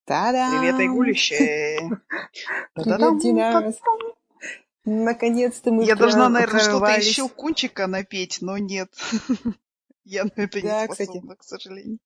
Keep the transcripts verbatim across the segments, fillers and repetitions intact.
Привет, Та-дам! Айгулище! Привет, Та-да-дам, Динамис! та-дам. Наконец-то мы Я должна, прор- наверное, что-то еще прорвались. Кунчика напеть, но нет. Я на это не Да, кстати. способна, к сожалению.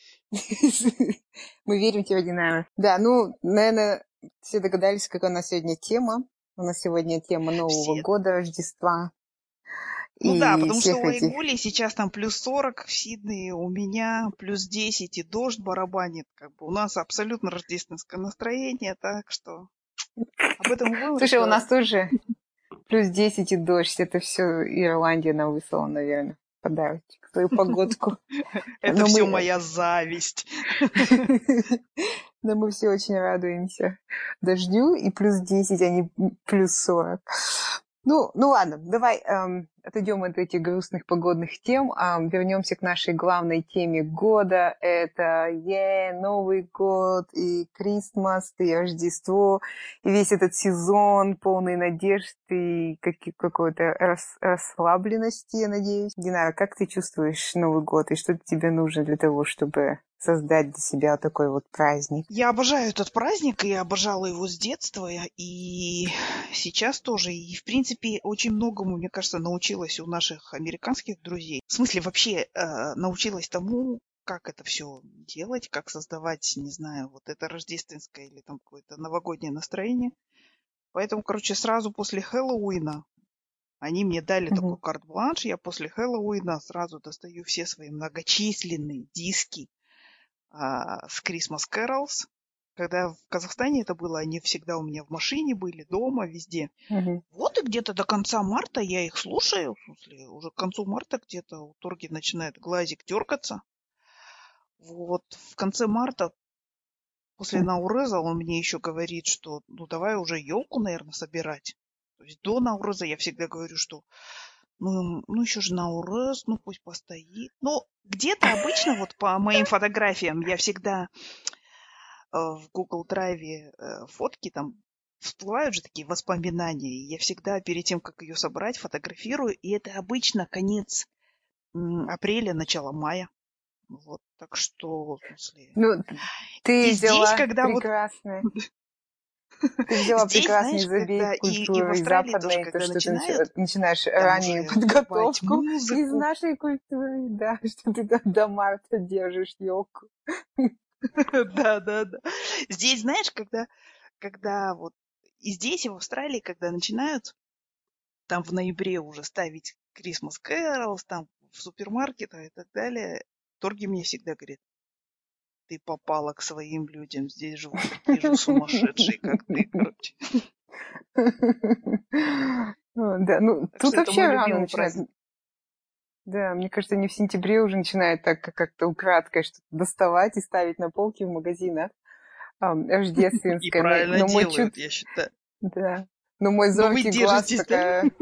Мы верим тебе, Динамис. Да, ну, наверное, все догадались, какая у нас сегодня тема. У нас сегодня тема Нового Все. года, Рождества Ну да, и потому что всех у этих... Айгули сейчас там плюс сорок в Сиднее, у меня плюс десять, и дождь барабанит. Как бы у нас абсолютно рождественское настроение, так что об этом будем Слушай, у нас разговаривать. тоже плюс десять и дождь. Это все Ирландия нам выслала, наверное, подарочек, свою погодку. Это Но все мы... моя зависть. Но мы все очень радуемся дождю и плюс десять, а не плюс сорок. Ну, ну ладно, давай эм, отойдем от этих грустных погодных тем, эм, вернемся к нашей главной теме года. Это е Новый год и Крисмас, и Рождество, и весь этот сезон полный надежд и каки- какой-то рас- расслабленности, я надеюсь. Динара, как ты чувствуешь Новый год и что тебе нужно для того, чтобы создать для себя такой вот праздник? Я обожаю этот праздник, и я обожала его с детства, и сейчас тоже. И, в принципе, очень многому, мне кажется, научилась у наших американских друзей. В смысле, вообще э, научилась тому, как это все делать, как создавать, не знаю, вот это рождественское или там какое-то новогоднее настроение. Поэтому, короче, сразу после Хэллоуина они мне дали такой Мгм. карт-бланш. Я после Хэллоуина сразу достаю все свои многочисленные диски а, с Christmas Carols. Когда в Казахстане это было, они всегда у меня в машине были, дома, везде. Мгм. Вот и где-то до конца марта я их слушаю. В смысле, уже к концу марта где-то у Торги начинает глазик дергаться. Вот в конце марта, после Наурыза, он мне еще говорит, что ну давай уже елку, наверное, собирать. То есть до Наурыза я всегда говорю, что ну, ну еще же Наурыз, ну пусть постоит. Ну, где-то обычно вот по моим фотографиям я всегда э, в Google Драйве э, фотки, там всплывают же такие воспоминания. И я всегда перед тем, как ее собрать, фотографирую. И это обычно конец м, апреля, начало мая. Вот, так что, в смысле... Ну, И ты здесь, взяла когда вот... прекрасное. Ты взяла Здесь, прекрасный знаешь, из обеих когда... И, и в культур, и Австралии тоже, западной, то, когда что ты начинают нач- начинаешь там раннюю уже врубать подготовку из музыку... нашей культуры, да, что ты там до марта держишь елку. Да, да, да. Здесь, знаешь, когда, когда вот и здесь, и в Австралии, когда начинают там в ноябре уже ставить Christmas Carols, там в супермаркетах и так далее, Торги мне всегда говорит, ты попала к своим людям, здесь живут такие же сумасшедшие, как ты, короче. Да, ну, Так тут что это мой вообще рано любимый начинает. праздник. Да, мне кажется, они в сентябре уже начинают так как-то украдкой что-то доставать и ставить на полки в магазинах ам, И рождественское. Но, правильно но мой чуть... делают, я считаю. Да. Но мой Но вы зоркий глаз держитесь, да? такая...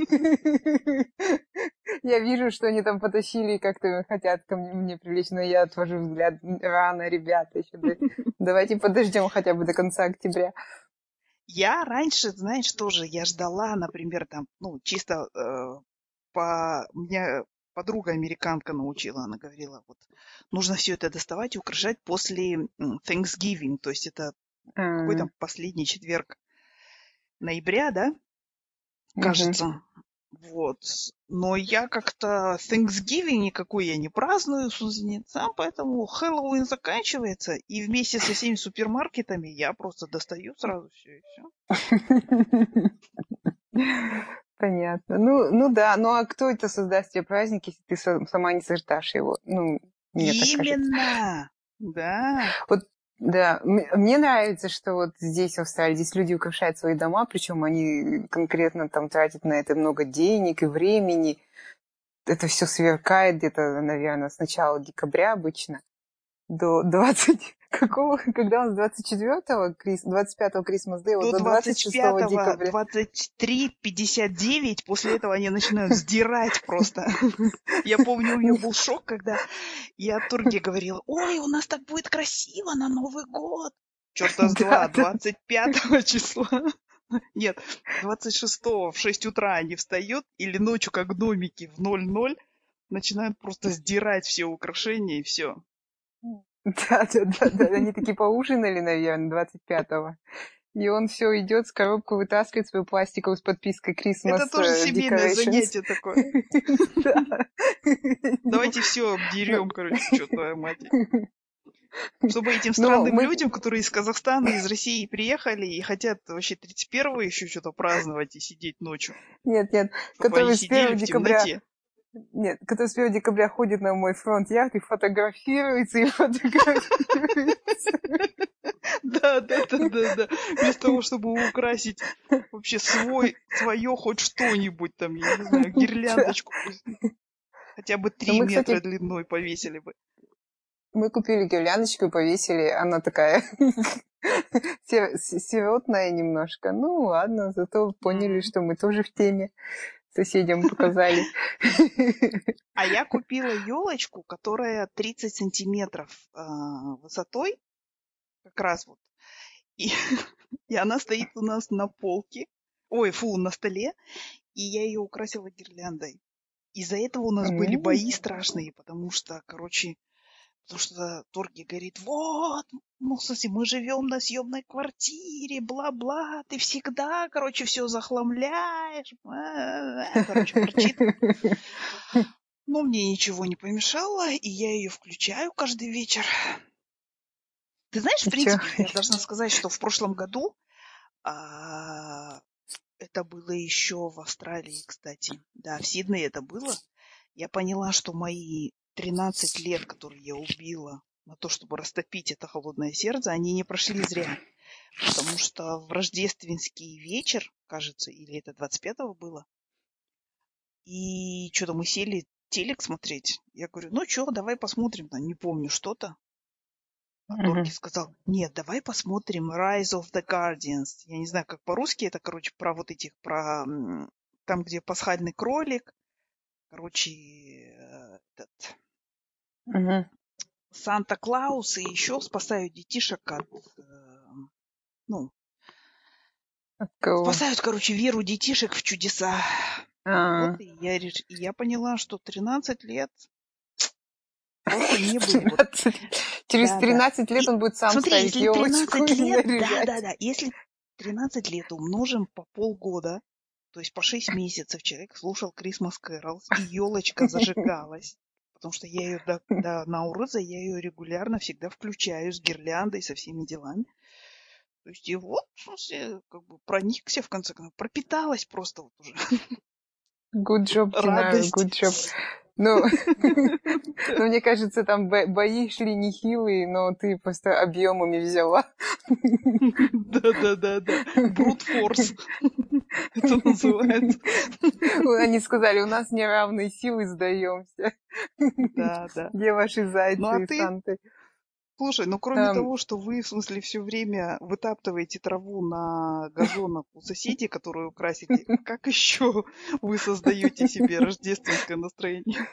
Я вижу, что они там потащили и как-то хотят ко мне, мне привлечь, но я отвожу взгляд. Рано, ребята, еще да- давайте подождем хотя бы до конца октября. Я раньше, знаешь, тоже я ждала, например, там, ну, чисто э, по... Меня подруга американка научила, она говорила, вот, нужно все это доставать и украшать после м, Thanksgiving, то есть это какой А, там последний четверг ноября, да, мгм. кажется. Вот. Но я как-то Thanksgiving никакой я не праздную с узницам, поэтому Хэллоуин заканчивается, и вместе со всеми супермаркетами я просто достаю сразу все и все. Понятно. Ну, ну да, ну а кто это создаст тебе праздник, если ты са- сама не создашь его? Ну, мне так кажется. Именно! Да. Вот, да, м- мне нравится, что вот здесь, в Австралии, здесь люди украшают свои дома, причем они конкретно там тратят на это много денег и времени. Это все сверкает где-то, наверное, с начала декабря обычно до двадцать какого, когда у нас двадцать четвёртого, Крис- двадцать пятого Christmas Day, вот До до двадцать двадцать шестого пятого, декабря. двадцать три пятьдесят девять, после этого они начинают сдирать просто. Я помню, у меня был шок, когда я Турге говорила, ой, у нас так будет красиво на Новый год. Черта с два, Да, да. двадцать пятого числа. Нет, двадцать шестого в шесть утра они встают или ночью, как гномики, в ноль ноль начинают просто сдирать все украшения и все. Да, да, да, да. Они такие поужинали, наверное, двадцать пятого. И он все идет с коробку вытаскивает свою пластиковую с подпиской Christmas Это тоже э, семейное Decorations. занятие такое. Да. Давайте все обдерем, короче, что твоя мать. Чтобы этим Ну, странным мы... людям, которые из Казахстана, из России приехали и хотят вообще тридцать первого еще что-то праздновать и сидеть ночью, Нет, нет, чтобы они который с сидели первого в декабря... темноте. Нет, который с первого декабря ходит на мой фронт-яхт и фотографируется, и фотографируется. Да, да, да, да, да. Вместо того, чтобы украсить вообще свой, свое хоть что-нибудь там, я не знаю, гирляндочку пусть хотя бы три мы, метра кстати, длиной повесили бы. мы купили гирляндочку и повесили. Она такая се- се- сиротная немножко. Ну ладно, зато поняли, М. что мы тоже в теме. Соседям показали. А я купила елочку, которая тридцать сантиметров а, высотой, как раз вот. И, и она стоит у нас на полке, ой, фу, на столе, и я ее украсила гирляндой. Из-за этого у нас были М. бои страшные, потому что, короче, потому что Торги говорит, вот, ну, в смысле, мы живем на съемной квартире, бла-бла, ты всегда, короче, все захламляешь. Короче, ворчит. Но мне ничего не помешало, и я ее включаю каждый вечер. Ты знаешь, в И чё? принципе, я должна сказать, что в прошлом году, а, это было еще в Австралии, кстати, да, в Сиднее это было, я поняла, что мои тринадцать лет, которые я убила на то, чтобы растопить это холодное сердце, они не прошли зря. Потому что в рождественский вечер, кажется, или это двадцать пятого было, и что-то мы сели телек смотреть. Я говорю, ну что, давай посмотрим, там, не помню что-то. А Торги Мгм. сказал, нет, давай посмотрим Rise of the Guardians. Я не знаю, как по-русски это, короче, про вот этих, про м, там, где пасхальный кролик, короче, э, этот, Мгм. Санта-Клаус и еще спасают детишек от, э, ну, Кого? спасают, короче, веру детишек в чудеса. Вот, А, и я, реш... и я поняла, что тринадцать лет просто не были вот... тринадцать. Через Да, да. тринадцать лет И он будет сам смотри, ставить если елочку тринадцать и лет, да, да, наряжать. да, если тринадцать лет умножим по полгода, то есть по шесть месяцев человек слушал Christmas Carols, и елочка зажигалась. Потому что я ее до, до Наурыза, я ее регулярно всегда включаю с гирляндой, со всеми делами. То есть и вот, в смысле, как бы проникся в конце концов, пропиталась просто вот уже Good job, Динара, радость. good job. Ну, ну, мне кажется, там бо- бои шли нехилые, но ты просто объемами взяла. Да-да-да-да. Brute force. Это называется. Они сказали, у нас неравные силы, сдаемся. Да, да. Где ваши Ну зайцы а и ты, санты? слушай, ну кроме Эм, того, что вы, в смысле, все время вытаптываете траву на газонах у соседей, которые украсили, как еще вы создаете себе рождественское настроение?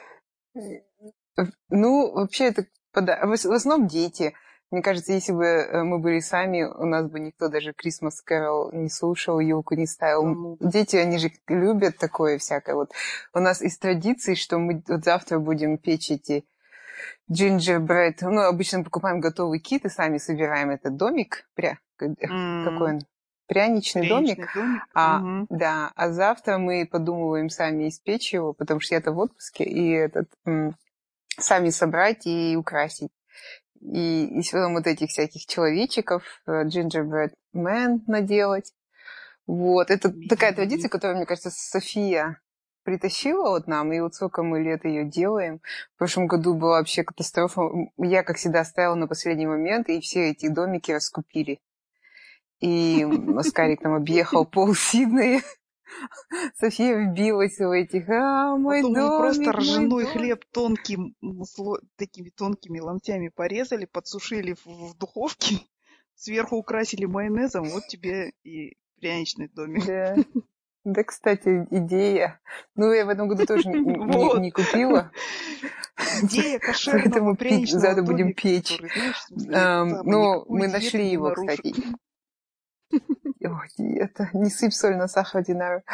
Ну, вообще, это пода- в ос- в основном дети. Мне кажется, если бы э, мы были сами, у нас бы никто даже Christmas Carol не слушал, елку не ставил. М, Зануда. Дети, они же любят такое всякое. Вот у нас из традиций, что мы вот завтра будем печь эти gingerbread. Ну, обычно мы покупаем готовый кит и сами собираем этот домик. Пря... как- Какой М, он? Пряничный домик. Пряничный домик. А, Мгм. да, а завтра мы подумываем сами испечь его, потому что я-то в отпуске, и этот м, сами собрать и украсить. И, и потом вот этих всяких человечиков, э, gingerbread man наделать. Вот. Это такая И традиция, которую, мне кажется, София притащила вот нам, и вот сколько мы лет ее делаем. В прошлом году была вообще катастрофа. М, Я, как всегда, оставила на последний момент, и все эти домики раскупили. И м, Оскарик там объехал пол Сиднея. София вбилась в этих, а, мой потом мы просто домик, мой ржаной домик. хлеб тонким, м, сло- такими тонкими ломтями порезали, подсушили в, в духовке, сверху украсили майонезом, вот тебе и пряничный домик. Да. Да, кстати, идея. Ну, я в этом году тоже не, не- Вот. не купила, Идея кошерного поэтому пи- пряничного завтра будем домика, печь. который, знаешь, в смысле, Эм, да, бы Но никакой мы диеты нашли не его, нарушит. кстати. Ой, диета. Не сыпь соль на сахар, Динара.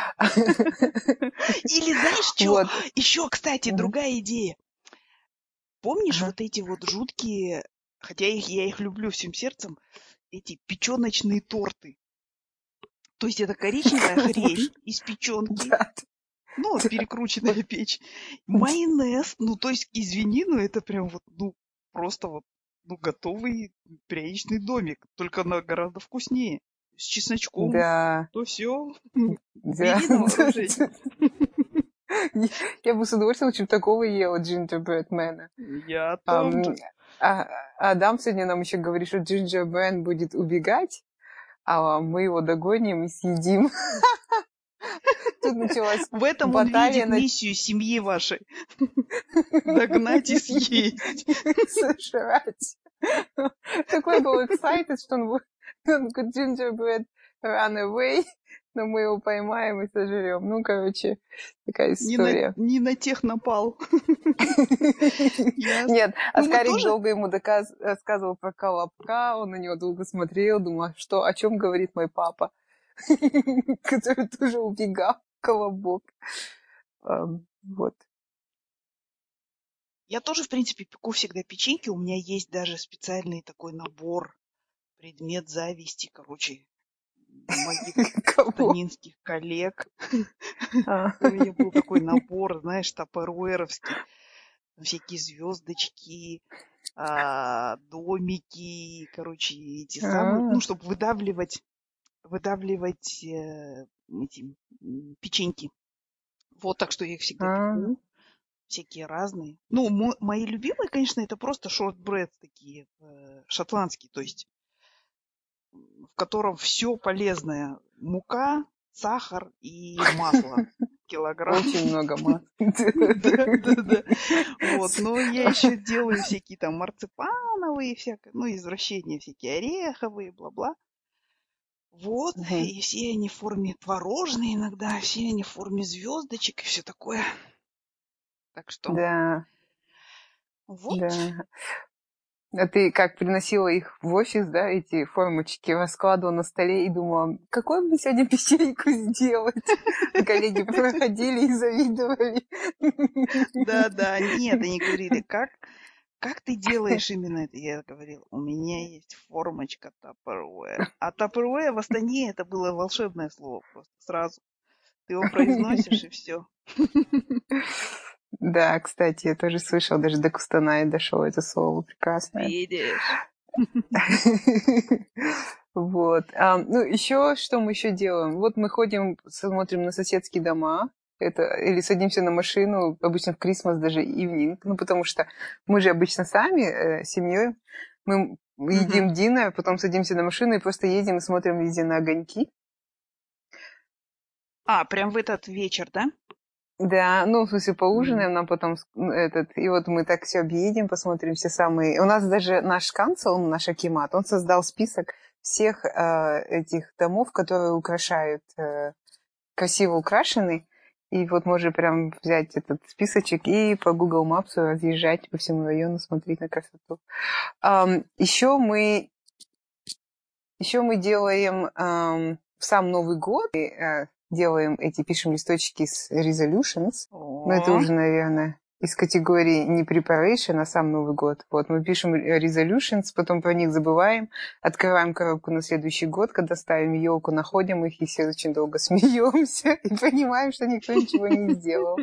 Или знаешь что? Вот. Еще, кстати, Мгм. другая идея. Помнишь Ага. вот эти вот жуткие хотя их, я их люблю всем сердцем, эти печеночные торты. То есть это коричневая хрень из печенки, Да, ну, да. перекрученная печь, майонез, ну, то есть, извини, но это прям вот, ну, просто вот, ну, готовый пряничный домик, только на гораздо вкуснее, с чесночком, Да, то все, да. бери на вооружение. Я бы с удовольствием очень такого ела, Gingerbread Man. Я Ам, тоже. а Адам сегодня нам еще говорит, что Gingerbread будет убегать, а мы его догоним и съедим. Тут началась В этом он баталия видит на миссию семьи вашей. Догнать и съесть. сожрать. Такой был excited, что он будет он говорит, Gingerbread run away, но мы его поймаем и сожрем. Ну, короче, такая Не на, история. не на тех напал. Ясно. Нет, Ну, мы Оскарик тоже... долго ему доказ... рассказывал про Колобка, он на него долго смотрел, думал, что, о чем говорит мой папа, который тоже убегал, Колобок. Ам, Вот. Я тоже, в принципе, пеку всегда печеньки. У меня есть даже специальный такой набор, предмет зависти, короче, моих Кого? станинских коллег. А. У меня был такой набор, знаешь, тапперуэровский. Всякие звездочки, а, домики, короче, эти самые, ну, А. чтобы выдавливать, выдавливать э, эти м, печеньки. Вот, так что я их всегда А. пеку, всякие разные. Ну, мо- мои любимые, конечно, это просто шортбред такие, э, шотландские, то есть м, в котором все полезное. Мука, сахар и масло. Килограмм. Очень много масла. Да, да, да. Вот, но я еще делаю всякие там марципановые, всякое, ну, извращения всякие, ореховые, бла-бла. Вот, Мгм. и все они в форме творожные иногда, все они в форме звездочек и все такое. Так что, Да, вот. да. А ты как приносила их в офис, да, эти формочки, раскладывала на столе и думала, какой бы сегодня печеньку сделать? А коллеги проходили и завидовали. Да, да, нет, они говорили, как, как ты делаешь именно это? Я говорил, у меня есть формочка Tupperware. А Tupperware в Астане это было волшебное слово просто сразу. Ты его произносишь и все. Да, кстати, я тоже слышала, даже до Кустаная дошло это слово прекрасное. Видишь? Вот. А, ну, еще что мы еще делаем? Вот мы ходим, смотрим на соседские дома, это, или садимся на машину, обычно в Крисмас даже ивнинг, ну, потому что мы же обычно сами, э, семьей, мы едим Мгм. динер, потом садимся на машину и просто едем и смотрим везде на огоньки. А, прям в этот вечер, да? Да, ну, в смысле, М. поужинаем, нам потом с- ну, этот, и вот мы так все объедем, посмотрим все самые... У нас даже наш канцел, наш акимат, он создал список всех э, этих домов, которые украшают, э, красиво украшены, и вот можно прям взять этот списочек и по Google Maps разъезжать по всему району, смотреть на красоту. Ам, еще мы, еще мы делаем ам, в сам Новый год, и, э, делаем эти, пишем листочки с resolutions. Но это О, уже, наверное, из категории не preparation, а сам Новый год. Вот, мы пишем resolutions, потом про них забываем, открываем коробку на следующий год, когда ставим елку, находим их, и все очень долго смеемся и понимаем, что никто ничего не сделал.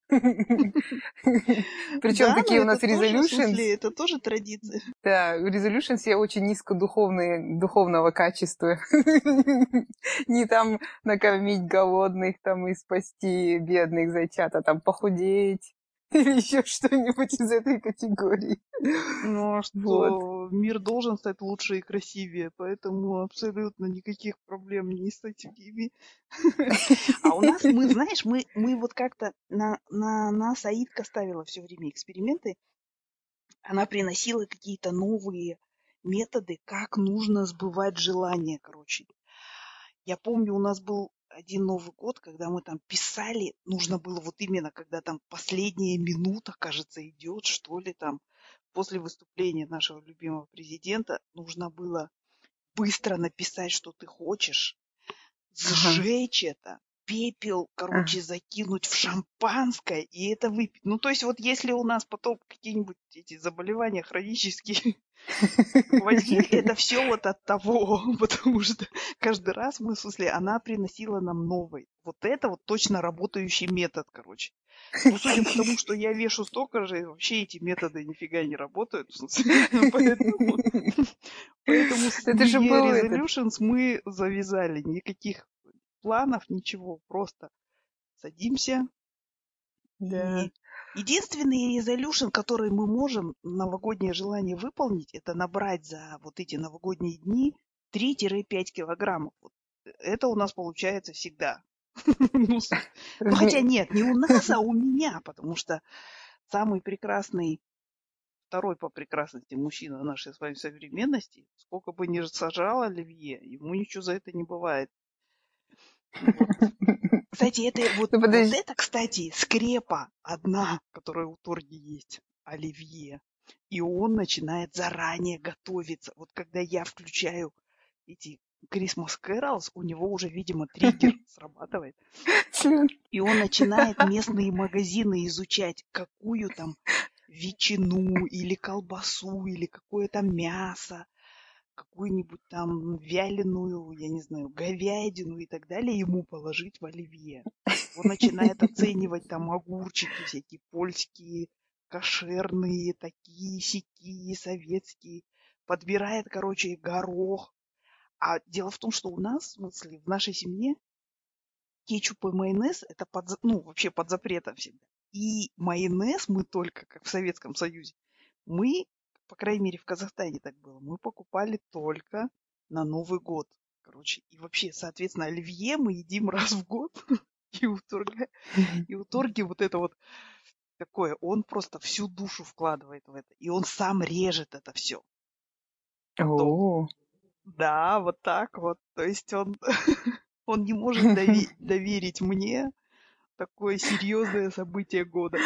Причем да, но такие у нас это тоже, в resolutions. смысле, это тоже традиция. Да, resolutions все очень низкодуховные, духовного качества. Не там накормить голодных, там и спасти бедных зайчат, а там похудеть или еще что-нибудь из этой категории. Ну, а Вот. что мир должен стать лучше и красивее, поэтому абсолютно никаких проблем не с этими. А у нас, мы, знаешь, мы, мы вот как-то на, на нас Аидка ставила все время эксперименты. Она приносила какие-то новые методы, как нужно сбывать желания, короче. Я помню, у нас был один Новый год, когда мы там писали, нужно было вот именно, когда там последняя минута, кажется, идет, что ли, там, после выступления нашего любимого президента, нужно было быстро написать, что ты хочешь, Ага. сжечь это, пепел, А, короче, закинуть в шампанское и это выпить. Ну, то есть вот если у нас потом какие-нибудь эти заболевания хронические возникли, это все вот от того, потому что каждый раз мы, в смысле, она приносила нам новый. Вот это вот точно работающий метод, короче. Ну, судя по тому, что я вешу столько же, вообще эти методы нифига не работают. В смысле, Поэтому, поэтому с Это New же Year был этот. Resolutions мы завязали. Никаких планов, ничего. Просто садимся Да. и единственный resolution, который мы можем новогоднее желание выполнить, это набрать за вот эти новогодние дни три-пять килограммов. Вот это у нас получается всегда. Ну, с- ну, хотя Вме- нет, не у нас, а у меня, потому что самый прекрасный, второй по прекрасности мужчина нашей с вами современности, сколько бы ни сажал Оливье, ему ничего за это не бывает. Вот. Кстати, это вот, Ну, вот подожди. это, кстати, скрепа одна, которая у Торги есть, Оливье. И он начинает заранее готовиться. Вот когда я включаю эти Christmas Carols, у него уже, видимо, триггер срабатывает. Слюн. И он начинает местные магазины изучать, какую там ветчину или колбасу или какое-то мясо, какую-нибудь там вяленую, я не знаю, говядину и так далее ему положить в оливье. Он начинает оценивать там огурчики всякие польские, кошерные, такие, сякие, советские. Подбирает, короче, горох. А дело в том, что у нас, в смысле, в нашей семье кетчуп и майонез это под, за- ну, вообще под запретом всегда. И майонез мы только, как в Советском Союзе, мы, по крайней мере, в Казахстане так было, мы покупали только на Новый год. Короче, и вообще, соответственно, оливье мы едим раз в год. И у Торга, и у Торги вот это вот такое, он просто всю душу вкладывает в это. И он сам режет это все потом. О. Да, вот так вот. То есть он, он не может дови- доверить мне такое серьезное событие года.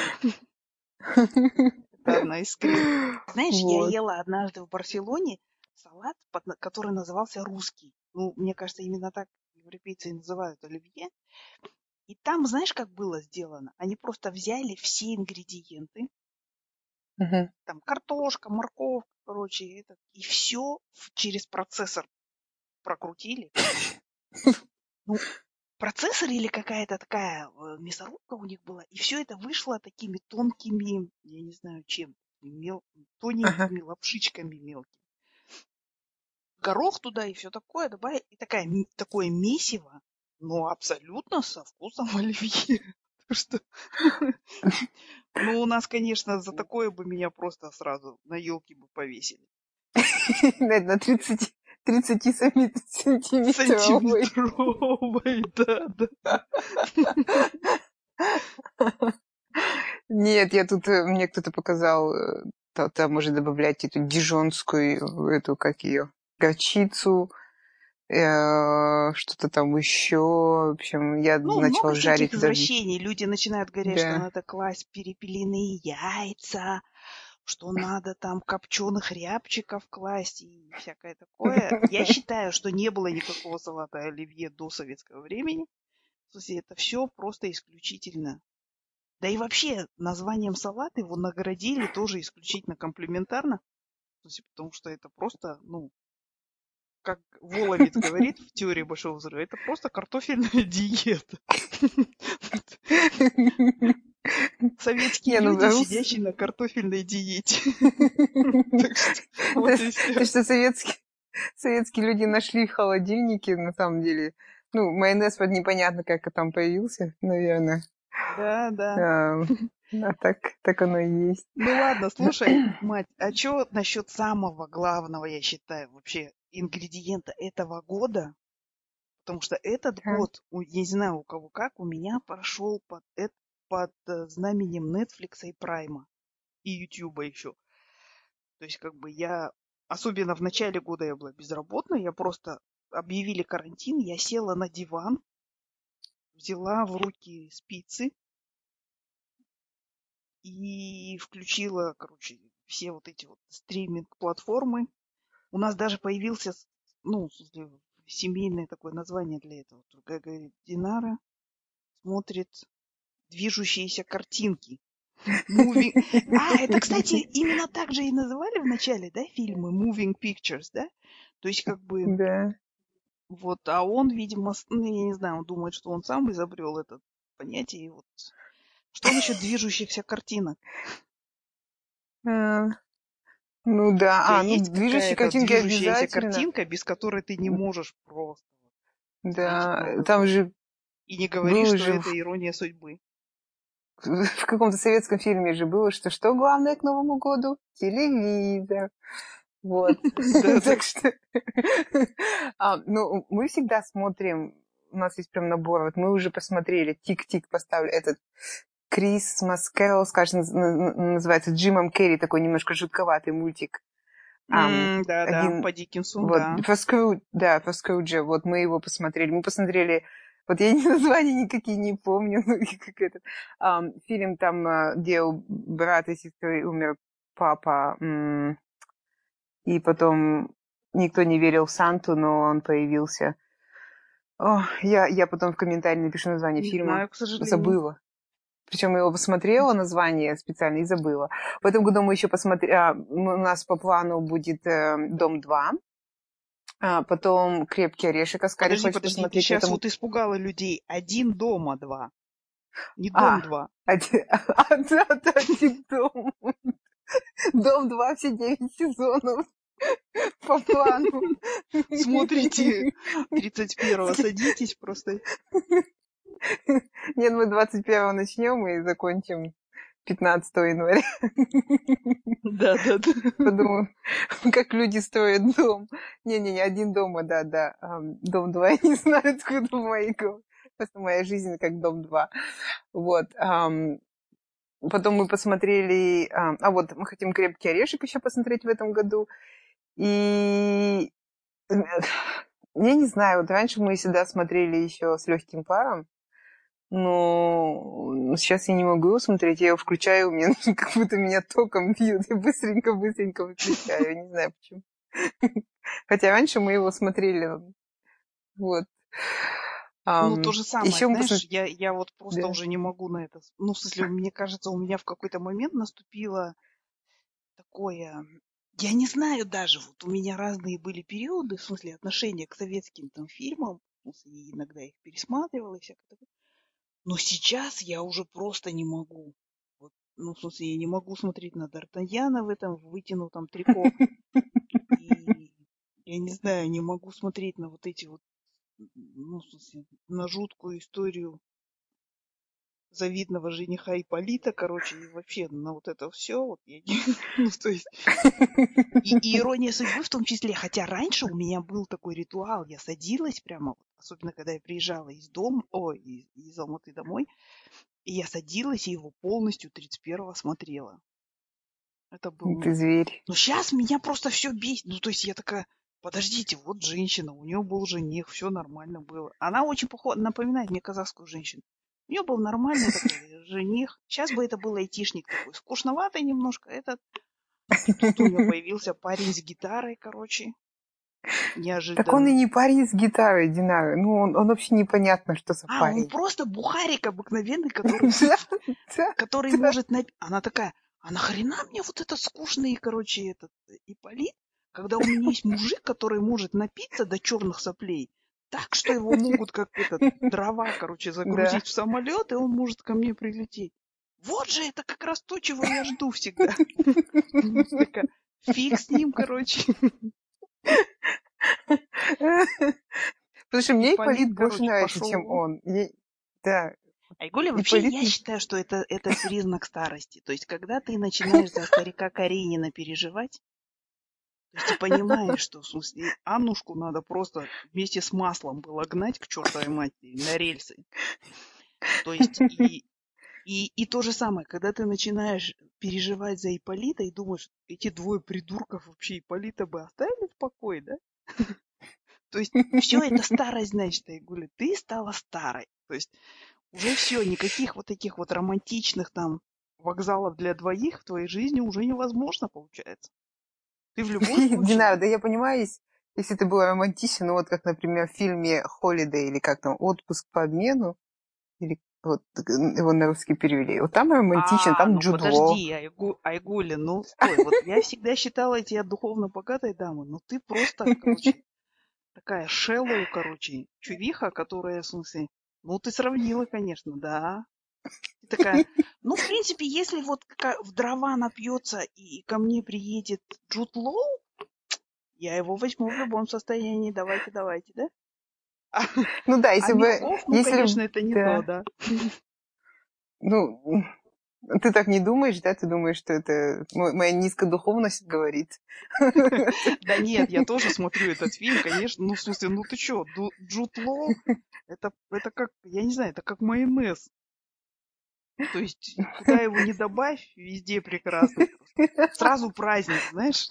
Это одна из скреп. Знаешь, я Вот. ела однажды в Барселоне салат, под на- который назывался русский. Ну, мне кажется, именно так европейцы и называют оливье. И там, знаешь, как было сделано? Они просто взяли все ингредиенты, Мгм. там картошка, морковка, короче, это, и все через процессор прокрутили, короче. Ну, процессор или какая-то такая э, мясорубка у них была, и все это вышло такими тонкими, я не знаю чем, мел, Ага. тоненькими лапшичками мелкими. Горох туда и все такое добавить, и такая, м- такое месиво, но абсолютно со вкусом оливье. Так что, ну, у нас, конечно, за такое бы меня просто сразу на елке бы повесили. Да, на тридцать тридцать сантиметровый. Сантиметровой, да, да. Нет, я тут, э, мне кто-то показал, э, та- там можно добавлять эту дижонскую, эту, как ее, горчицу, э, что-то там еще. В общем, я Ну, много начала всяких жарить даже. извращений. Люди начинают говорить, что Да. надо класть перепелиные яйца, что надо там копченых рябчиков класть и всякое такое. Я считаю, что не было никакого салата оливье до советского времени. В смысле, это все просто исключительно. Да и вообще названием салат его наградили тоже исключительно комплиментарно. В смысле, потому что это просто, ну, как Воловец говорит в теории большого взрыва, это просто картофельная диета. Советские Не, ну люди, рус... сидящие на картофельной диете. Так что То вот и есть, то, все. что советские, советские люди нашли в холодильнике, на самом деле. Ну, майонез вот непонятно, как там появился, наверное. Да, да. А, а так, так оно и есть. Ну ладно, слушай, мать, а что насчет самого главного, я считаю, вообще ингредиента этого года? Потому что этот Да. год, у- я не знаю у кого как, у меня прошел под, эт- под э, знаменем Netflix и Прайма и Ютуба еще. То есть как бы я, особенно в начале года я была безработной, я просто объявили карантин, я села на диван, взяла в руки спицы и включила, короче, все вот эти вот стриминг-платформы. У нас даже появился, с- ну, в смысле, семейное такое название для этого. Другая говорит, Динара. смотрит движущиеся картинки. Moving... А, это, кстати, именно так же и называли в начале, да, фильмы Moving Pictures, да? То есть как бы Да. вот, а он, видимо, с- ну, я не знаю, он думает, что он сам изобрел это понятие. И вот что насчет движущихся картинок? А, ну У да, тебя а, ну есть движущие какая-то картинки движущаяся обязательно. картинка, без которой ты не можешь просто встретить Да, Новый там год? же И не говори, было что же это в, ирония судьбы. в каком-то советском фильме же было, что что главное к Новому году? Телевизор. Вот. Да-да. Так что, а, ну, мы всегда смотрим, у нас есть прям набор, вот мы уже посмотрели, тик-тик поставлю, этот Крис Маскел, скажем, называется Джимом Керри, такой немножко жутковатый мультик. Ам, М, Да-да, один, по Диккенсу, вот, да. по Скру- да, по Скруджа, вот мы его посмотрели. Мы посмотрели, вот я ни названия никакие не помню, ну, и как этот, ам, фильм там, а, где у брата и сестры умер папа, м, и потом никто не верил в Санту, но он появился. О, я, я потом в комментарии напишу название Не фильма. знаю, к сожалению. Забыла. Причем я его посмотрела, название специально, и забыла. В этом году мы еще посмотрели... а, у нас по плану будет э, «Дом два». А, потом «Крепкий орешек». Аскари Подожди, хочет подожди, ты посмотреть в сейчас этом... вот испугала людей. Один дома два. Не дом А, два. один... а, да, да, один дом. «Дом два» все девять сезонов по плану. Смотрите, тридцать первого садитесь просто. Нет, мы двадцать первого начнем и закончим пятнадцатого января. Да-да-да. Подумаю, как люди строят дом. Не-не-не, один дома, да-да. Ам, Дом два, я не знаю, откуда в моей голове. Просто моя жизнь как дом два. Вот. ам, Потом мы посмотрели... ам, А вот мы хотим «Крепкий орешек» еще посмотреть в этом году. И... э, Я не знаю, вот раньше мы всегда смотрели еще «С легким паром», но сейчас я не могу его смотреть. Я его включаю, у меня как будто меня током бьют. Я быстренько-быстренько выключаю. Я не знаю почему. Хотя раньше мы его смотрели. Вот. Ну, то Ам, же самое, еще мы знаешь, посмотрели... я, я вот просто Да. уже не могу на это... с- Ну, в смысле, мне кажется, у меня в какой-то момент наступило такое... Я не знаю даже, вот у меня разные были периоды, в смысле, отношения к советским там фильмам, в смысле, я иногда их пересматривала и всякое такое. Но сейчас я уже просто не могу. Вот, ну, в смысле, я не могу смотреть на Д'Артаньяна в этом в вытянутом трико. И я не знаю, не могу смотреть на вот эти вот, ну, в смысле, на жуткую историю завидного жениха Ипполита, короче, и вообще на вот это все. Вот я не... Ну, то есть... И, и ирония судьбы в том числе. Хотя раньше у меня был такой ритуал. Я садилась прямо, вот, особенно когда я приезжала из дома, ой, из, из Алматы домой, и я садилась и его полностью тридцать первого смотрела. Это был... Ты зверь. Но сейчас меня просто все бесит. Ну, то есть я такая, подождите, вот женщина, у нее был жених, все нормально было. Она очень похожа, напоминает мне казахскую женщину. У нее был нормальный такой жених. Сейчас бы это был айтишник такой, скучноватый немножко этот. И тут у нее появился парень с гитарой, короче, Так он и неожиданно. не парень с гитарой, Динара. Ну, он, он вообще непонятно, что за А, он парень. просто бухарик обыкновенный, который, Да, да, который да. может... Нап... Она такая, а нахрена мне вот этот скучный, короче, этот Ипполит, когда у меня есть мужик, который может напиться до черных соплей, так, что его могут как этот дрова, короче, Да. загрузить в самолет, и он может ко мне прилететь. Вот же это как раз то, чего я жду всегда. Такая, фиг с ним, короче. Потому что мне Ипполит, Ипполит больше короче, нравится, чем пошел. он. Я- Да, Айгуля, вообще Ипполит... я считаю, что это, это признак старости. То есть, когда ты начинаешь за старика Каренина переживать, то есть ты понимаешь, что в смысле Аннушку надо просто вместе с маслом было гнать к чертовой матери на рельсы. То есть и, и, и то же самое, когда ты начинаешь переживать за Ипполита и думаешь, эти двое придурков вообще Ипполита бы оставили в покое, да? То есть все это старость, значит, Айгуля, ты стала старой. То есть уже все, никаких вот таких вот романтичных там вокзалов для двоих в твоей жизни уже невозможно, получается. Ты в любом Динара, случае... да я понимаю, если, если ты был романтичен, ну вот как, например, в фильме «Холидей» или как там, «Отпуск по обмену», или Вот его на русский перевели. Вот там романтично, А, там ну Джуд Лоу. подожди, Айгу, Айгуля, ну стой, вот я всегда считала тебя духовно богатой дамой, но ты просто, короче, такая шеллоу, короче, чувиха, которая, в смысле, ну ты сравнила, конечно, да. Ты такая, ну, в принципе, если вот ка- в дрова напьется и ко мне приедет Джуд Лоу, я его возьму в любом состоянии, давайте, давайте, да? А, Ну да, а если бы, Михов, ну, если конечно, б- это не то, да, да. ну, ты так не думаешь, да? Ты думаешь, что это мо- моя низкодуховность говорит? Да нет, я тоже смотрю этот фильм, конечно. Ну, в смысле, ну ты чё, Ду- Джуд Лоу, это, это как, я не знаю, это как майонез. То есть, куда его не добавь, везде прекрасно просто. Сразу праздник, знаешь.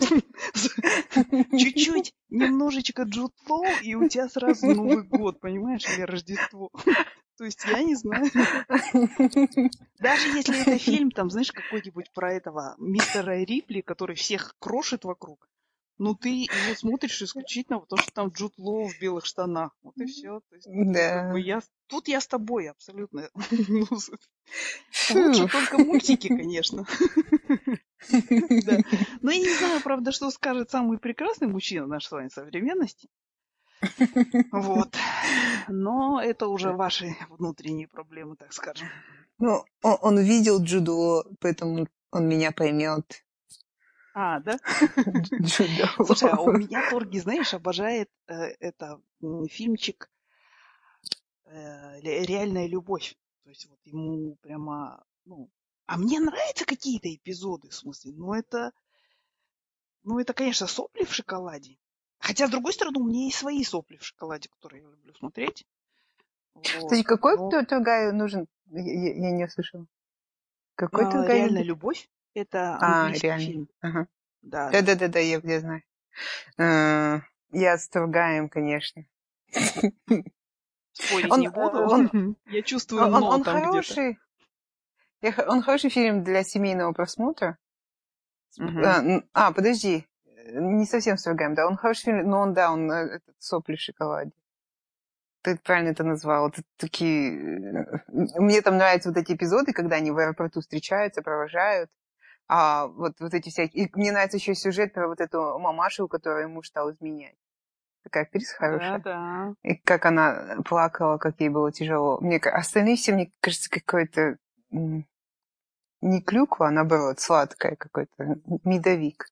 Чуть-чуть, немножечко Джуд Лоу, и у тебя сразу Новый год, понимаешь, или Рождество. То есть, я не знаю. Даже если это фильм, там, знаешь, какой-нибудь про этого мистера Рипли, который всех крошит вокруг, ну ты его смотришь исключительно потому, что там Джуд Лоу в белых штанах. Вот и все. То есть, ну, как бы Да. я... Тут я с тобой абсолютно. Ну, с- лучше Фу. только мультики, конечно. Да. Но я не знаю, правда, что скажет самый прекрасный мужчина нашей с вами современности. Вот. Но это уже ваши внутренние проблемы, так скажем. Ну, он, он увидел Джудо, поэтому он меня поймет. А, да? Джудо. Слушай, а у меня Торги, знаешь, обожает э, это м, фильмчик э, «Ре- «Реальная любовь». То есть вот ему прямо, ну... А мне нравятся какие-то эпизоды, в смысле. Ну это, ну это, конечно, сопли в шоколаде. Хотя, с другой стороны, у меня есть свои сопли в шоколаде, которые я люблю смотреть. Вот. Кстати, какой Но кто Тургай нужен? Я, я- я не услышала. Какой а, Тургай «Реальная любит? любовь» — это А, английский реально. фильм. Ага. Да, да. Да-да-да, я, я знаю. А, я с Тургаем, конечно. Спорить Он, не э, буду. он, Я чувствую он, «но» он там где-то. хороший. Я х- Он хороший фильм для семейного просмотра. А, Мгм. н- а, подожди. Не совсем с Тургаем, да. Он хороший фильм, но он, да, он э, этот, сопли в шоколаде. Ты правильно это назвал. Это такие... э, Мне там нравятся вот эти эпизоды, когда они в аэропорту встречаются, провожают. А вот, вот эти всякие... И мне нравится еще сюжет про вот эту мамашу, которую муж стал изменять. Такая актриса Да, хорошая. да. И как она плакала, как ей было тяжело. Мне ка- остальные все, мне кажется, какой-то... м, Не клюква, а наоборот, сладкая какой-то. м, Медовик.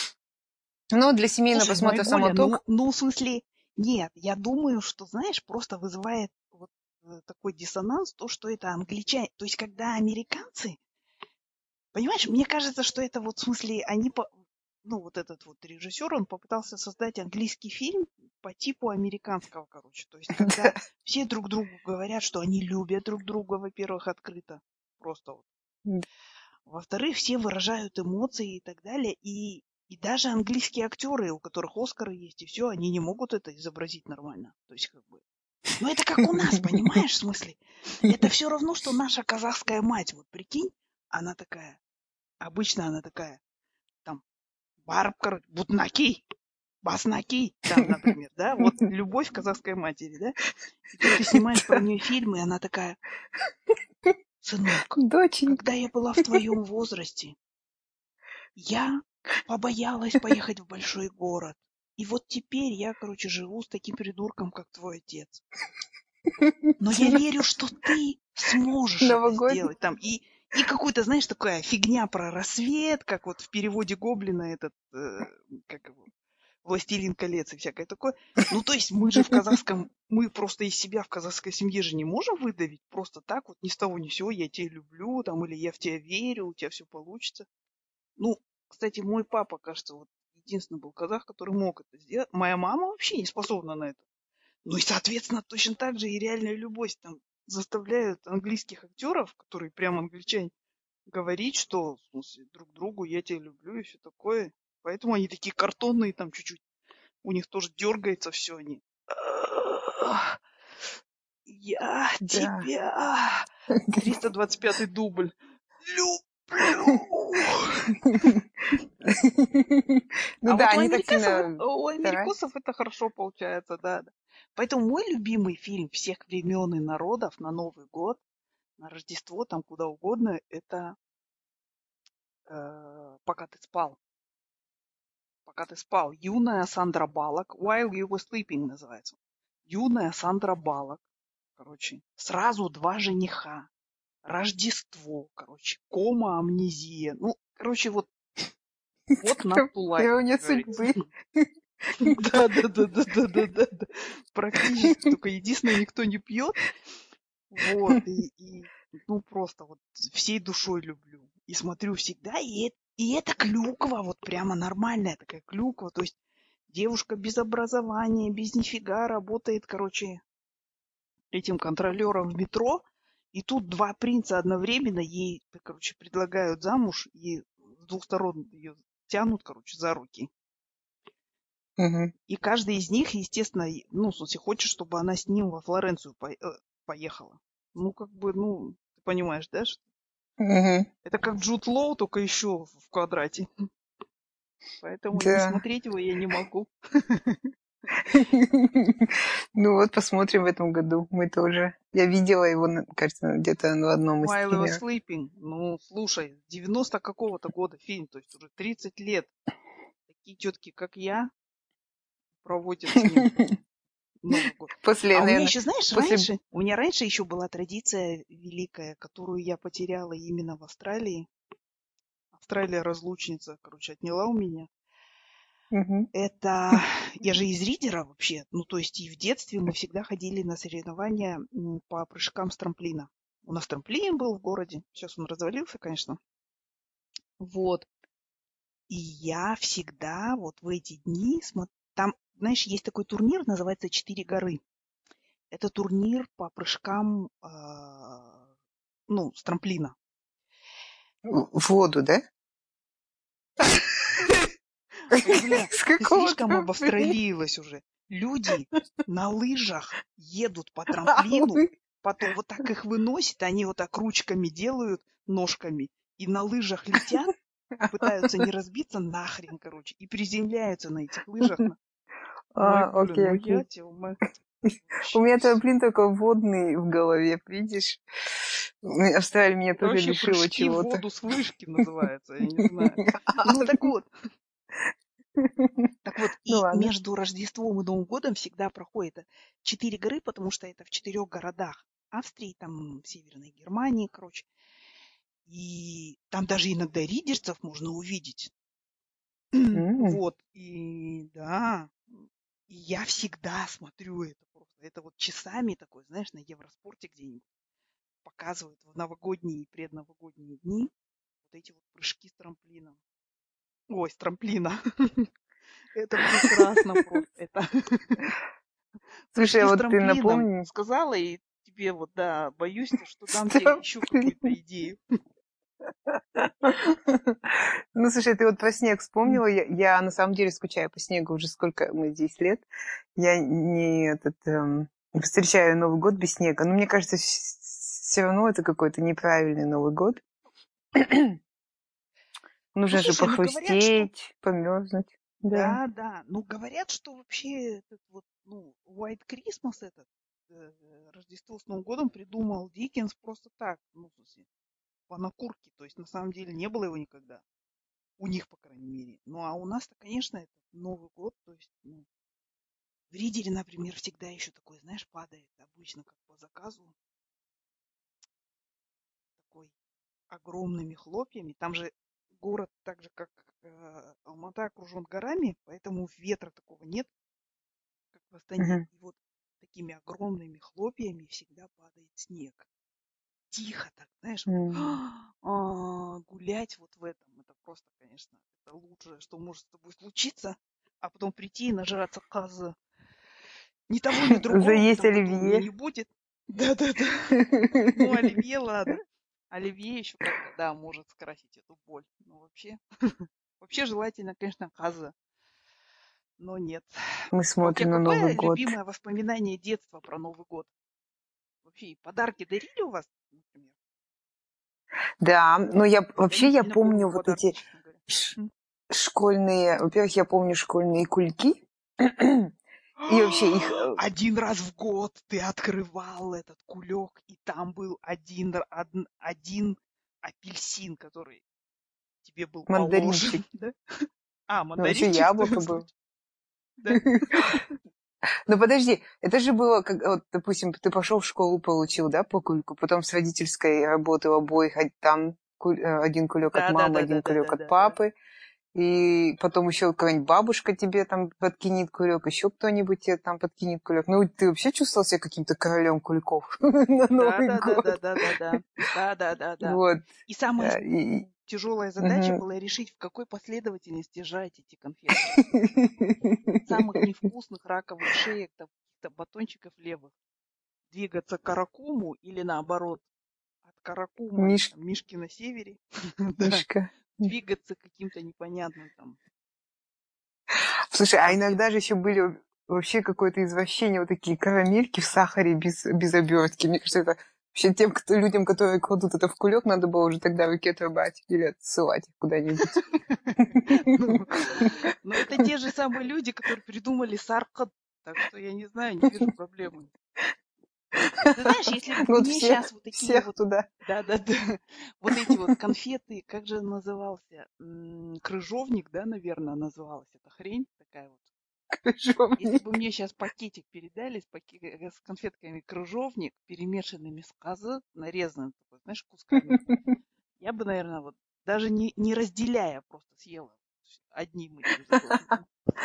Но для семейного Слушай, ну просмотра Айгуля, ну, самоток... ну, в смысле, нет, я думаю, что, знаешь, просто вызывает вот э, такой диссонанс то, что это англичане. То есть, когда американцы, понимаешь, мне кажется, что это вот в смысле, они, по, ну, вот этот вот режиссер, он попытался создать английский фильм по типу американского, короче. То есть, когда все друг другу говорят, что они любят друг друга, во-первых, открыто, просто вот. Во-вторых, все выражают эмоции и так далее. И, и даже английские актеры, у которых Оскары есть, и все, они не могут это изобразить нормально. То есть, как бы. Но это как у нас, понимаешь, в смысле? Это все равно, что наша казахская мать. Вот прикинь, она такая, обычно она такая, там, барып, короче, бутнаки, баснаки, там, например, да? Вот любовь казахской матери, да? И тут ты снимаешь про нее фильм, и она такая, сынок, Доченька. когда я была в твоем возрасте, я побоялась поехать в большой город. И вот теперь я, короче, живу с таким придурком, как твой отец. Но я верю, что ты сможешь это Новогодний. сделать. Там и, и какую-то, знаешь, такая фигня про рассвет, как вот в переводе Гоблина этот, э, как его, «Властелин колец» и всякое такое. Ну, то есть мы же в казахском, мы просто из себя в казахской семье же не можем выдавить просто так вот, ни с того ни с сего, я тебя люблю, там, или я в тебя верю, у тебя все получится. Ну, кстати, мой папа, кажется, вот единственный был казах, который мог это сделать. Моя мама вообще не способна на это. Ну и, соответственно, точно так же и реальная любовь там заставляют английских актеров, которые прям англичане, говорить, что, в смысле, друг другу я тебя люблю и все такое. Поэтому они такие картонные там чуть-чуть. У них тоже дергается все, они. Я Да. тебя. триста двадцать пятый дубль. Люблю. Ну А да, вот у они так американцев, это- сильно у стараются. америкосов это хорошо получается, да, да. Поэтому мой любимый фильм всех времен и народов на Новый год на Рождество, там куда угодно, это э, «Пока ты спал». «Пока ты спал». Юная Сандра Баллок. «While you were sleeping» называется. Юная Сандра Баллок. Короче, сразу два жениха. Рождество, короче, кома, амнезия. Ну, короче, вот, вот not to like, Ирония как говорится. судьбы. Да, да, да, да, да, да, да, да. Практически. Только единственное, никто не пьет. Вот, и, и, ну, просто вот всей душой люблю. И смотрю всегда, и, это- и это клюква, вот прямо нормальная такая клюква. То есть девушка без образования, без нифига работает, короче, этим контролером в метро. И тут два принца одновременно ей, короче, предлагают замуж, и с двух сторон ее тянут, короче, за руки. Мгм. И каждый из них, естественно, и- ну, в смысле, хочет, чтобы она с ним во Флоренцию по- э, поехала. Ну, как бы, ну, ты понимаешь, да? что Мгм. Это как Джуд Лоу, только еще в квадрате. Поэтому не Да. смотреть его я не могу. Ну вот, посмотрим в этом году. Мы тоже. Я видела его, на- кажется, где-то в одном из While I was стримеров. sleeping. Ну, слушай, девяносто какого-то года фильм, то есть уже тридцать лет. Такие тетки, как я, проводят с ним Новый год. После, А у меня наверное, еще, знаешь, после... раньше, у меня раньше еще была традиция великая, которую я потеряла именно в Австралии. Австралия разлучница, короче, отняла у меня. Мгм. Это я же из Ридера вообще, ну то есть и в детстве мы всегда ходили на соревнования м, по прыжкам с трамплина. У нас трамплин был в городе, сейчас он развалился, конечно. Вот. И я всегда вот в эти дни, смо- там, знаешь, есть такой турнир, называется «Четыре горы». Это турнир по прыжкам, а, ну, с трамплина. В в воду, да? Ой, бля, С ты какого слишком трамплина? обавстралиилась уже. Люди на лыжах едут по А, трамплину, вы- потом вот так их выносят, они вот так ручками делают, ножками, и на лыжах летят, пытаются не разбиться нахрен, короче, и приземляются на этих лыжах. на- Ой, А, блин, окей, ну я окей. тебя умоляю. У Вообще, меня пс, трамплин только водный в голове, видишь? М, Австралия меня это тоже вообще лишила прыжки в чего-то. воду с вышки называется, я не знаю. Ну так вот, Так вот, Ну и ладно. между Рождеством и Новым годом всегда проходит четыре горы, потому что это в четырех городах. Австрии, там, в Северной Германии, короче. И там даже иногда ридерцев можно увидеть. М, Вот, и да, и я всегда смотрю это просто. Это вот часами такой, знаешь, на Евроспорте где-нибудь показывают в новогодние и предновогодние дни вот эти вот прыжки с трамплином. Ой, с трамплина. Это прекрасно просто. Это Слушай, прыжки а с вот ты трамплином. напомни. Сказала и тебе вот, да, боюсь, то, что С дам тебе еще какую-то трамплина. идею. Ну, слушай, ты вот про снег М. вспомнила. Я, я на самом деле скучаю по снегу уже сколько мы здесь лет. Я не этот эм, не встречаю Новый год без снега. Но мне кажется, все равно это какой-то неправильный Новый год. Ну, Нужно же слушай, ну говорят, что... похрустеть, померзнуть. Да. Да, да. Ну, говорят, что вообще этот вот, ну, White Christmas этот, э, Рождество с Новым годом придумал Диккенс просто так, ну, в смысле, по накурке. То есть, на самом деле, не было его никогда. У них, по крайней мере. Ну, а у нас-то, конечно, это Новый год. То есть, ну, в Ридере, например, всегда еще такой, знаешь, падает обычно как по заказу. Такой огромными хлопьями. Там же город, так же как э, Алмата, окружен горами, поэтому ветра такого нет, как в Астане. Мгм. И вот такими огромными хлопьями всегда падает снег. Тихо так, знаешь, вот, М. а, гулять вот в этом, это просто, конечно, это лучшее, что может с тобой случиться, а потом прийти и нажраться каза. Ни того, ни другого в Заесть этом году у меня оливье. не будет. Да-да-да. Ну, оливье, ладно. Оливье еще как-то, да, может скрасить эту боль. Но вообще, вообще желательно, конечно, каза, но нет. Мы А у тебя смотрим на Новый какое год. любимое воспоминание детства про Новый год? Вообще, и подарки дарили у вас, например? Да, но я Я не вообще я сильно помню помню вот подарки, эти честно говоря. ш- М. школьные. Во-первых, я помню школьные кульки. И вообще их... э, Один раз в год ты открывал этот кулек, и там был один, р- одн- один апельсин, который тебе был положен. мандаринчик. Да? А, Ну, еще мандаринчик в яблоко твоем было. случае. Да? Ну, подожди, это же было, как, вот, допустим, ты пошел в школу, получил, да, по кульку, потом с родительской работы у обоих, а там куль- э, один кулек от Да, да, мамы, да, да, один да, кулек да, от да, да. папы, и потом еще какая-нибудь бабушка тебе там подкинет кулек, еще кто-нибудь тебе там подкинет кулек. Ну, ты вообще чувствовал себя каким-то королем кульков на Да, Новый да, да, да, год. да, да, да. Да, да, да, да. Вот. И самая э, и- тяжелая задача мгм. была решить, в какой последовательности жать эти конфеты. От самых невкусных раковых шеек до каких-то батончиков левых. Двигаться к Каракуму или наоборот, от Каракума и Миш, там, Мишки на севере, да, Мишка. двигаться к каким-то непонятным там Слушай, а конфетам. иногда же еще были вообще какое-то извращение, вот такие карамельки в сахаре без, без обертки. Мне кажется, это вообще тем, кто, людям, которые кладут это в кулек, надо было уже тогда руки отрубать или отсылать их куда-нибудь. Ну, но это те же самые люди, которые придумали саркад. Так что я не знаю, не вижу проблемы. Ты знаешь, если бы Вот мне сейчас всех, вот такие всех вот, туда. да-да-да, вот эти вот конфеты, как же назывался? М, Крыжовник, да, наверное, называлась эта хрень такая вот. Если бы Крыжовник. мне сейчас пакетик передали с, паке- э, с конфетками крыжовник, перемешанными с козы, нарезанным, такой, знаешь, кусками, я бы, наверное, вот даже не, не разделяя просто съела одним этим заглотом.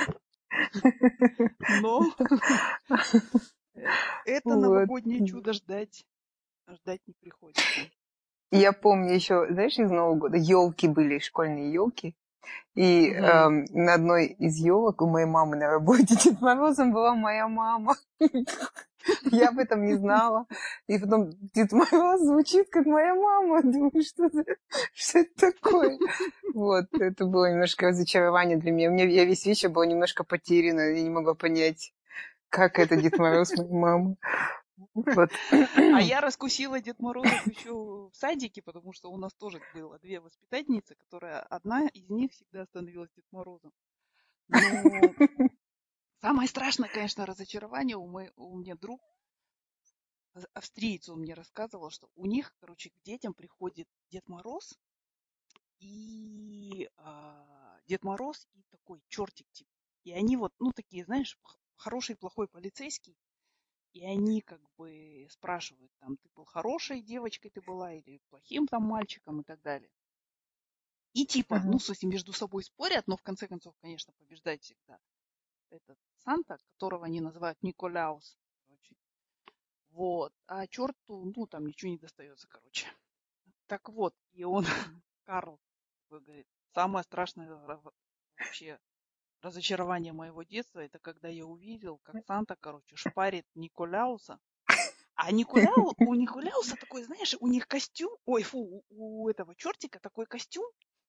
Но э, это Вот. новогоднее чудо ждать, ждать не приходится. И я помню еще, знаешь, из Нового года елки были, школьные елки. И Мгм. эм, на одной из елок у моей мамы на работе Дед Морозом была моя мама. Я об этом не знала. И потом Дед Мороз звучит, как моя мама. Думаю, что, за- что это такое? Вот, это было немножко разочарование для меня. У меня я весь вечер была немножко потеряна. Я не могла понять, как это Дед Мороз моя мама. Вот. А я раскусила Дед Морозов еще в садике, потому что у нас тоже было две воспитательницы, которая одна из них всегда становилась Дед Морозом. Но самое страшное, конечно, разочарование у, мой, у меня друг, а- австриец, он мне рассказывал, что у них, короче, к детям приходит Дед Мороз и а, Дед Мороз и такой чертик типа. И они вот, ну, такие, знаешь, х- хороший, плохой полицейский. И они как бы спрашивают, там, ты был хорошей девочкой ты была или плохим там мальчиком и так далее. И типа, ну, Мгм. в смысле, между собой спорят, но в конце концов, конечно, побеждает всегда этот Санта, которого они называют Николяус. Короче. Вот. А черту, ну, там ничего не достается, короче. Так вот, и он, Карл, такой говорит, самое страшное ра- вообще разочарование моего детства, это когда я увидел, как Санта, короче, шпарит Николяуса. А Николяу, у Николяуса такой, знаешь, у них костюм, ой, фу, у, у этого чертика такой костюм,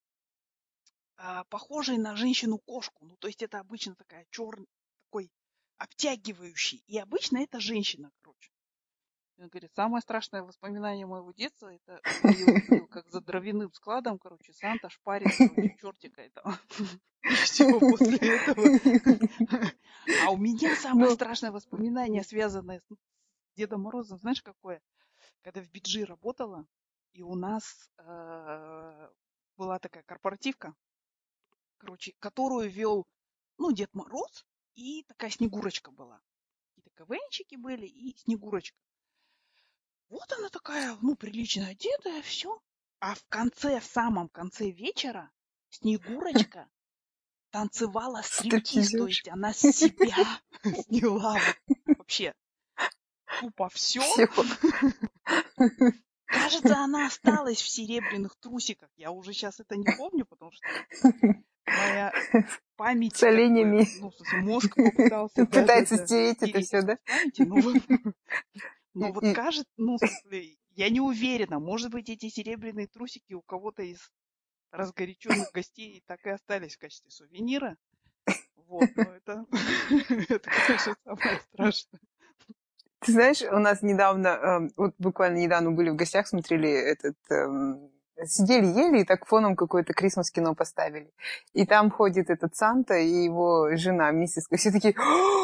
а, похожий на женщину-кошку. Ну, то есть это обычно такая черный, такой обтягивающий. И обычно это женщина, короче. И он говорит, самое страшное воспоминание моего детства, это когда я увидел, как за дровяным складом, короче, Санта шпарит, короче, чертика этого. И все, после этого. А у меня самое Ну, страшное воспоминание, связанное с Дедом Морозом, знаешь, какое? Когда в Биджи работала, и у нас э, была такая корпоративка, короче, которую вел, ну, Дед Мороз, и такая Снегурочка была. Какие-то КВНчики были, и Снегурочка. Вот она такая, ну, прилично одетая, все. А в конце, в самом конце вечера Снегурочка танцевала стриптиз, то стриптизерша. есть она с себя сняла вот вообще тупо все. Все. Кажется, она осталась в серебряных трусиках. Я уже сейчас это не помню, потому что моя память С как бы, оленями. ну, в смысле, мозг попытался, Пытается да-да-да, стереть это стереть все, это да? из памяти, но вот, И, но вот и кажется, ну, в смысле, я не уверена, может быть, эти серебряные трусики у кого-то из разгоряченных гостей так и остались в качестве сувенира. Вот, но это, это, конечно, самое страшное. ты знаешь, у нас недавно, эм, вот буквально недавно были в гостях, смотрели этот, эм, сидели, ели, и так фоном какое-то Крисмас кино поставили. И там ходит этот Санта и его жена, миссис, и все такие, «О,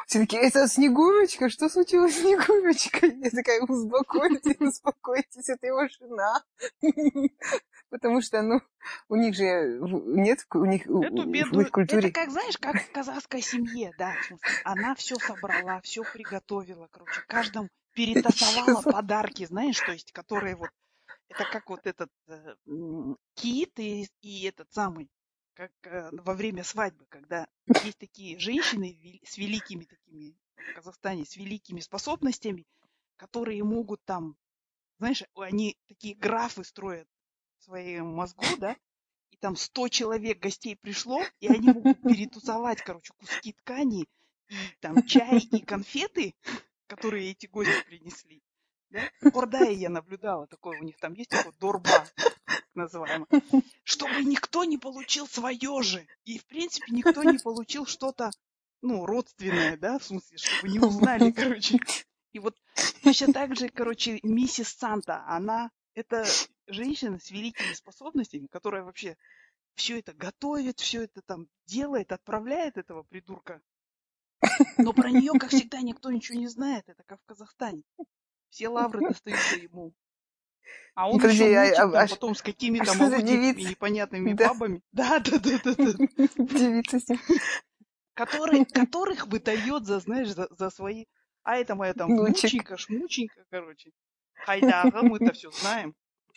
Все такие, это Снегурочка? Что случилось с Снегурочкой? Я такая, успокойтесь, успокойтесь, это его жена. Потому что, ну, у них же нет, у них Эту в беду, их культуре... это как, знаешь, как в казахской семье, да, в смысле, она все собрала, все приготовила, короче, каждому перетасовала подарки, знаешь, то есть, которые вот, это как вот этот э, кит и, и этот самый, как э, во время свадьбы, когда есть такие женщины с великими такими, в Казахстане, с великими способностями, которые могут там, знаешь, они такие графы строят в своем мозгу, да, и там сто человек гостей пришло, и они могут перетусовать, короче, куски ткани, и там чай, и конфеты, которые эти гости принесли. Да? В Кордае я наблюдала такое, у них там есть такое дорба, так называемое, чтобы никто не получил свое же. И, в принципе, никто не получил что-то, ну, родственное, да, в смысле, чтобы не узнали, короче. И вот точно так же, короче, миссис Санта, она, это женщина с великими способностями, которая вообще все это готовит, все это там делает, отправляет этого придурка. Но про нее, как всегда, никто ничего не знает. Это как в Казахстане. Все лавры достаются ему. А он Подожди, еще а, мутит а, там а ш- потом с а какими-то что за молоденькими девица? непонятными Да, бабами. Да, да, да, да, да. девица с ним. Которые, которых выдает за, знаешь, за, за свои... А это моя там Внучек. внученька, шмученька, короче. Хайдага, мы-то все знаем.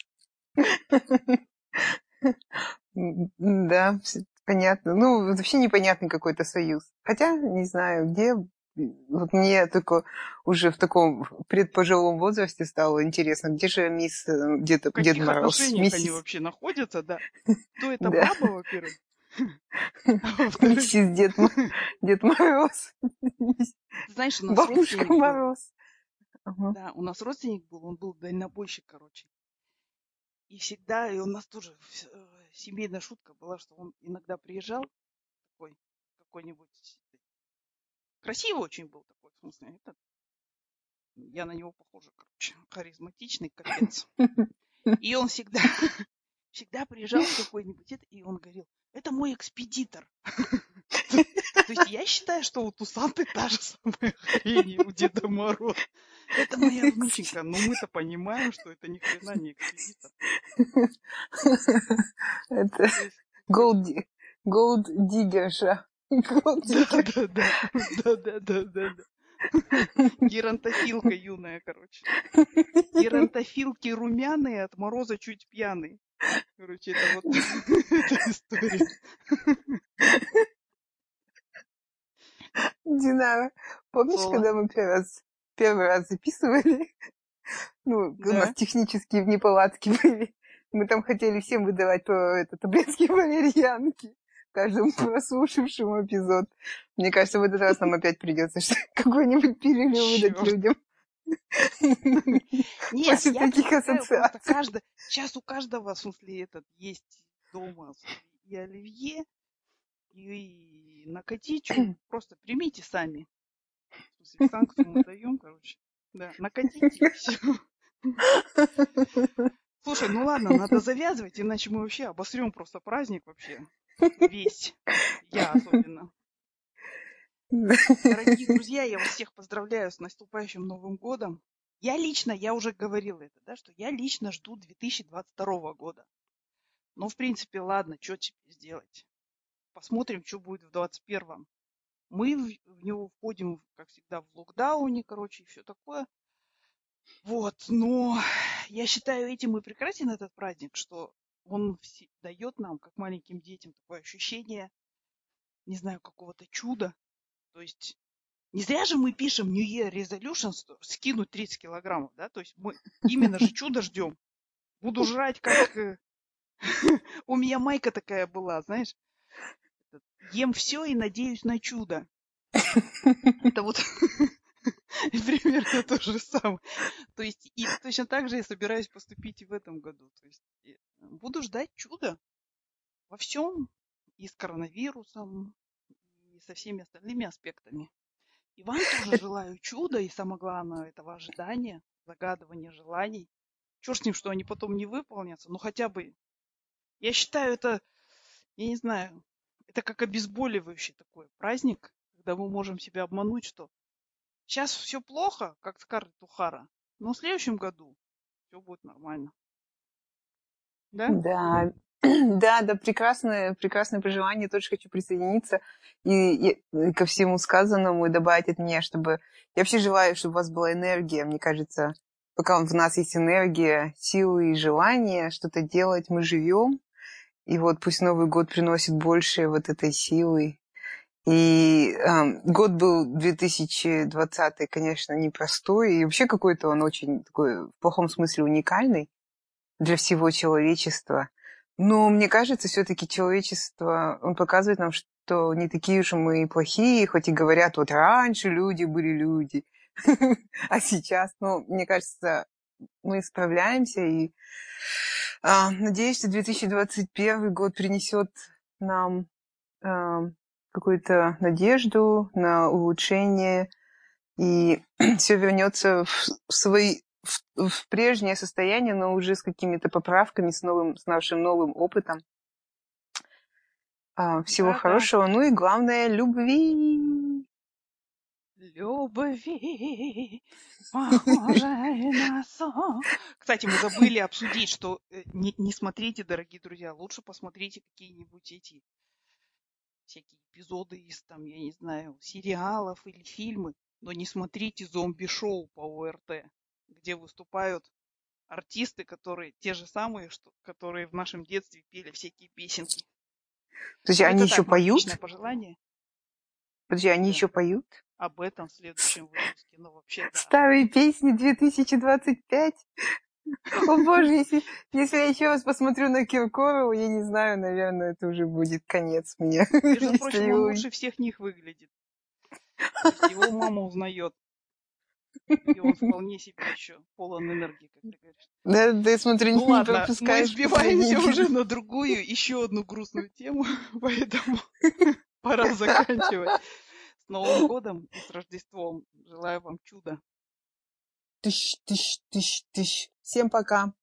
М, Да, всё понятно. Ну, вот вообще непонятный какой-то союз. Хотя, не знаю, где... м, Вот мне только уже в таком предпожилом возрасте стало интересно, где же мисс э, Дед, В Дед каких Мороз, отношениях они миссис, вообще находятся, да. Кто эта да, баба, во-первых? А во-вторых, миссис Дед, Мо- Дед Мороз, ты знаешь, у нас Бабушка родственник был. Мороз. Ага. Да, у нас родственник был, он был дальнобойщик, короче. И всегда, и у нас тоже э, семейная шутка была, что он иногда приезжал такой, какой-нибудь, красивый очень был такой, в смысле, это, я на него похожа, короче, харизматичный, капец. И он всегда, всегда приезжал в какой-нибудь, это, и он говорил, это мой экспедитор. То есть я считаю, что вот у Санты та же самая хрень, и у Деда Мороза. Это моя внученька, но мы-то понимаем, что это ни хрена не экспедитор. Это То есть такой, голд, голд диггерша. Голд да, диггер. да, да, да, да, да, да, да. Геронтофилка юная, короче. Геронтофилки румяные, от мороза чуть пьяный. Короче, это вот эта история. Динара, помнишь, Соло. когда мы первый раз, первый раз записывали? Ну, у нас Да. технические неполадки были. Мы там хотели всем выдавать по это, таблетки валерьянки, каждому прослушавшему эпизод. Мне кажется, в этот раз нам опять придется какой-нибудь пилюлю выдать Черт. людям. Нет, После я таких предлагаю просто ассоциаций. каждый... Сейчас у каждого, в смысле, этот есть дома и оливье, и накатить что просто примите сами. В смысле, санкцию мы даем, короче. Да, накатите и все. Слушай, ну ладно, надо завязывать, иначе мы вообще обосрем просто праздник вообще. Весь. Я особенно. Дорогие друзья, я вас всех поздравляю с наступающим Новым годом. Я лично, я уже говорила это, да, что я лично жду две тысячи двадцать второго года. Ну, в принципе, ладно, что теперь сделать? Посмотрим, что будет в двадцать первом. Мы в, в него входим, как всегда, в локдауне, короче, и все такое. Вот, но я считаю, этим и прекрасен этот праздник, что он все- дает нам, как маленьким детям, такое ощущение, не знаю, какого-то чуда. То есть не зря же мы пишем New Year Resolutions, что скинуть тридцать килограммов, да? То есть мы именно же чудо ждем. Буду жрать как... э, У меня майка такая была, знаешь, этот, ем все и надеюсь на чудо. Это вот примерно то же самое. То есть и точно так же я собираюсь поступить и в этом году. То есть э, буду ждать чуда во всем, и с коронавирусом, и со всеми остальными аспектами. И вам тоже желаю чуда и, самое главное, этого ожидания, загадывания желаний. Чего ж с ним, что они потом не выполнятся, но хотя бы, я считаю, это, я не знаю, это как обезболивающий такой праздник, когда мы можем себя обмануть, что сейчас все плохо, как Скарлетт О'Хара, но в следующем году все будет нормально. Да? Да, да, да, прекрасное, прекрасное пожелание. Тоже хочу присоединиться и, и ко всему сказанному и добавить от меня, чтобы... Я вообще желаю, чтобы у вас была энергия. Мне кажется, пока в нас есть энергия, силы и желание что-то делать, мы живем. И вот пусть Новый год приносит больше вот этой силы. И э, год был две тысячи двадцатый, конечно, непростой. И вообще какой-то он очень такой, в плохом смысле, уникальный для всего человечества. Но мне кажется, все-таки человечество, он показывает нам, что не такие уж мы и плохие, хоть и говорят, вот раньше люди были люди, а сейчас, ну, мне кажется, мы справляемся, и а, надеюсь, что две тысячи двадцать первый год принесет нам а, какую-то надежду на улучшение, и все вернется в свои в, в прежнее состояние, но уже с какими-то поправками, с новым, с нашим новым опытом. А, всего Да, да. хорошего, ну и главное, любви. Любви, похожей на сон. Кстати, мы забыли обсудить, что э, не, не смотрите, дорогие друзья, лучше посмотрите какие-нибудь эти всякие эпизоды из, там, я не знаю, сериалов или фильмы, но не смотрите зомби-шоу по ОРТ, где выступают артисты, которые те же самые, что, которые в нашем детстве пели всякие песенки. То есть Но они это еще так, мое поют? личное пожелание. Подожди, они Да. еще поют? Об этом в следующем выпуске. Ну, вообще, да. Старые песни две тысячи двадцать пять? О боже, если, если я еще раз посмотрю на Киркорову, я не знаю, наверное, это уже будет конец мне. Между прочим, он лучше всех них выглядит. То есть его мама узнает. И он вполне себе еще полон энергии, как ты говоришь. Да, да, я смотрю, Ну не ладно, мы пропускаешь сбиваемся последний уже на другую, еще одну грустную тему, поэтому пора заканчивать. С Новым годом и с Рождеством. Желаю вам чуда. Тыщ, тыщ, тыщ, тыщ. Всем пока.